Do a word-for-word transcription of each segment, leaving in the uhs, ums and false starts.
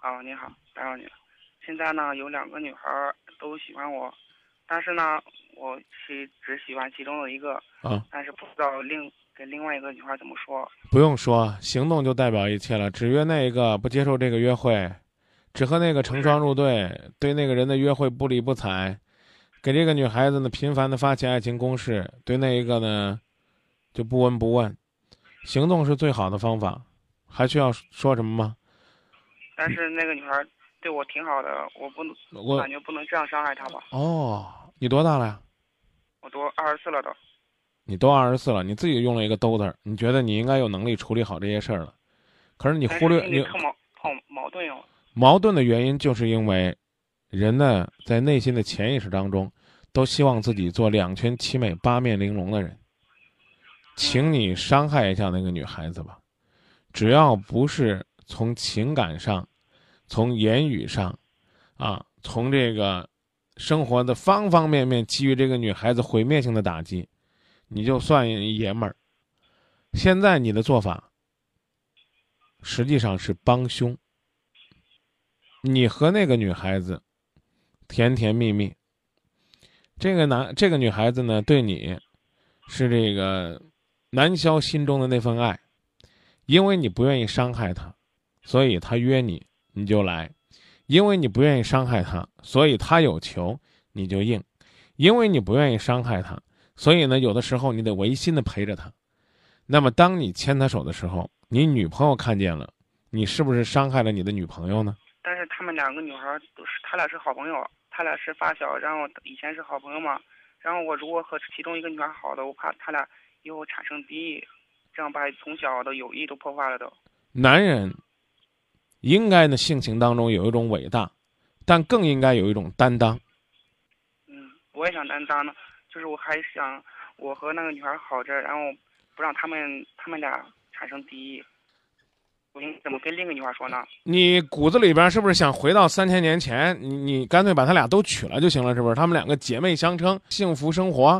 啊，你好，打扰你了。现在呢，有两个女孩儿都喜欢我，但是呢，我是只喜欢其中的一个， 啊， 但是不知道另跟另外一个女孩儿怎么说。 不用说，行动就代表一切了。只约那个，不接受这个约会，只和那个不是， 成双入对，对那个人的约会不理不睬，给这个女孩子呢频繁的发起爱情攻势，对那一个呢就不闻不问。行动是最好的方法，还需要说什么吗？ 但是那个女孩儿对我挺好的，我不能，我我感觉不能这样伤害她吧。 哦，你多大了呀？ 我都二十四了都。 你都二十四了，你自己用了一个“都”字儿，你觉得你应该有能力处理好这些事儿了。可是你但是忽略你心里特矛特矛盾哟。 矛盾的原因，就是因为人呢在内心的潜意识当中，都希望自己做两全其美、八面玲珑的人。请嗯， 你伤害一下那个女孩子吧，只要不是从情感上、从言语上，啊，从这个生活的方方面面给予这个女孩子毁灭性的打击，你就算爷们儿。现在你的做法实际上是帮凶，你和那个女孩子甜甜蜜蜜，这个男这个女孩子呢对你是这个难消心中的那份爱，因为你不愿意伤害她，所以她约你你就来，因为你不愿意伤害她，所以她有求你就应，因为你不愿意伤害她，所以呢有的时候你得违心的陪着她。那么当你牵她手的时候，你女朋友看见了，你是不是伤害了你的女朋友呢？ 但是她们两个女孩儿都是，她俩是好朋友，她俩是发小，然后以前是好朋友嘛。然后我如果和其中一个女孩好的，我怕她俩以后产生敌意，这样把从小的友谊都破坏了都。 男人应该呢性情当中有一种伟大，但更应该有一种担当。 嗯，我也想担当呢，就是我还想我和那个女孩好着，然后不让他们他们俩产生敌意。我应该怎么跟另一个女孩说呢？ 你骨子里边是不是想回到三千年前？你你干脆把他俩都娶了就行了，是不是？他们两个姐妹相称，幸福生活。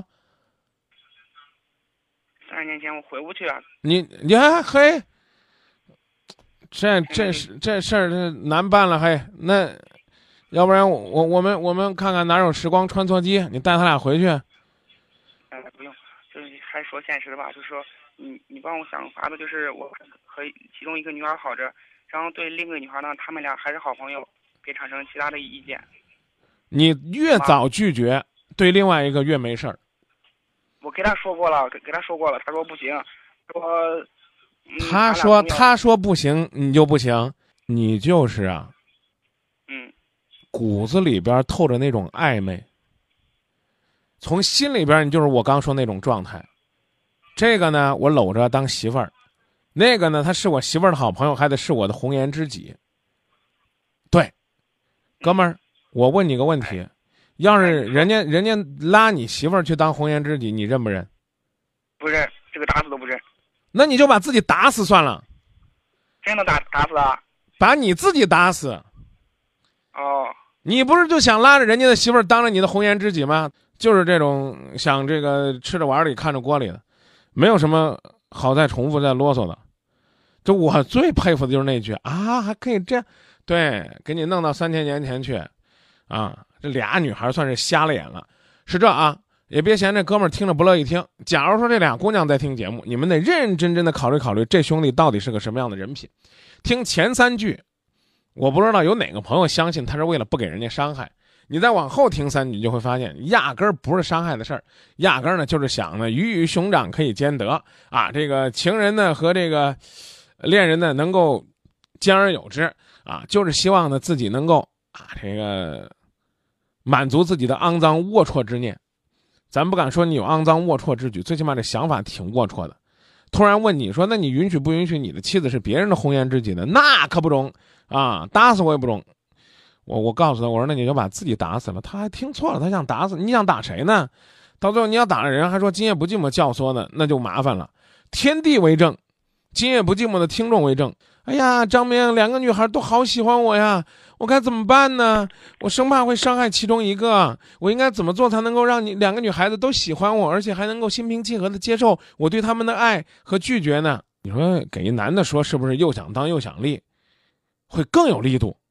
三十年前我回不去啊。 你你还嘿，这这现在就事这事儿这难办了嘿。那要不然我我我们我们看看哪有时光穿梭机，你带他俩回去。 哎，不用，就是还说现实的吧，就是说你你帮我想个法子，就是我和其中一个女孩好着，然后对另一个女孩呢，他们俩还是好朋友，别产生其他的意见。 你越妈， 早拒绝，对另外一个越没事儿。 我跟他说过了，给给他说过了，他说不行，说嗯， 他说咱俩朋友， 他说不行，你就不行，你就是啊， 嗯， 骨子里边透着那种暧昧，从心里边你就是我刚说那种状态。这个呢，我搂着当媳妇儿，那个呢，他是我媳妇儿的好朋友，还得是我的红颜知己。对，哥们儿，我问你个问题，要是人家人家拉你媳妇儿去当红颜知己，你认不认？ 不认，这个打死都不认， 那你就把自己打死算了， 真的打打死啊？ 把你自己打死。 哦， 你不是就想拉着人家的媳妇儿当着你的红颜知己吗？就是这种想这个吃着碗里看着锅里的，没有什么好再重复再啰嗦的。就我最佩服的就是那句啊，还可以这样，对，给你弄到三千年前去，啊，这俩女孩算是瞎了眼了。是这啊，也别嫌这哥们儿听着不乐意听。假如说这俩姑娘在听节目，你们得认认真真的考虑考虑，这兄弟到底是个什么样的人品。听前三句，我不知道有哪个朋友相信他是为了不给人家伤害。你再往后听三句，就会发现压根儿不是伤害的事儿，压根儿呢就是想呢鱼与熊掌可以兼得啊，这个情人呢和这个恋人呢能够兼而有之啊，就是希望呢自己能够啊这个满足自己的肮脏龌龊之念。咱不敢说你有肮脏龌龊之举，最起码这想法挺龌龊的。突然问你说，那你允许不允许你的妻子是别人的红颜知己呢？那可不中啊，打死我也不中。我我告诉他，我说那你就把自己打死了。他还听错了，他想打死你，想打谁呢？到最后你要打了人，还说今夜不寂寞教唆呢，那就麻烦了。天地为证，今夜不寂寞的听众为证。哎呀，张明，两个女孩都好喜欢我呀，我该怎么办呢？我生怕会伤害其中一个，我应该怎么做才能够让你两个女孩子都喜欢我，而且还能够心平气和的接受我对他们的爱和拒绝呢？你说给一男的说，是不是又想当又想立，会更有力度？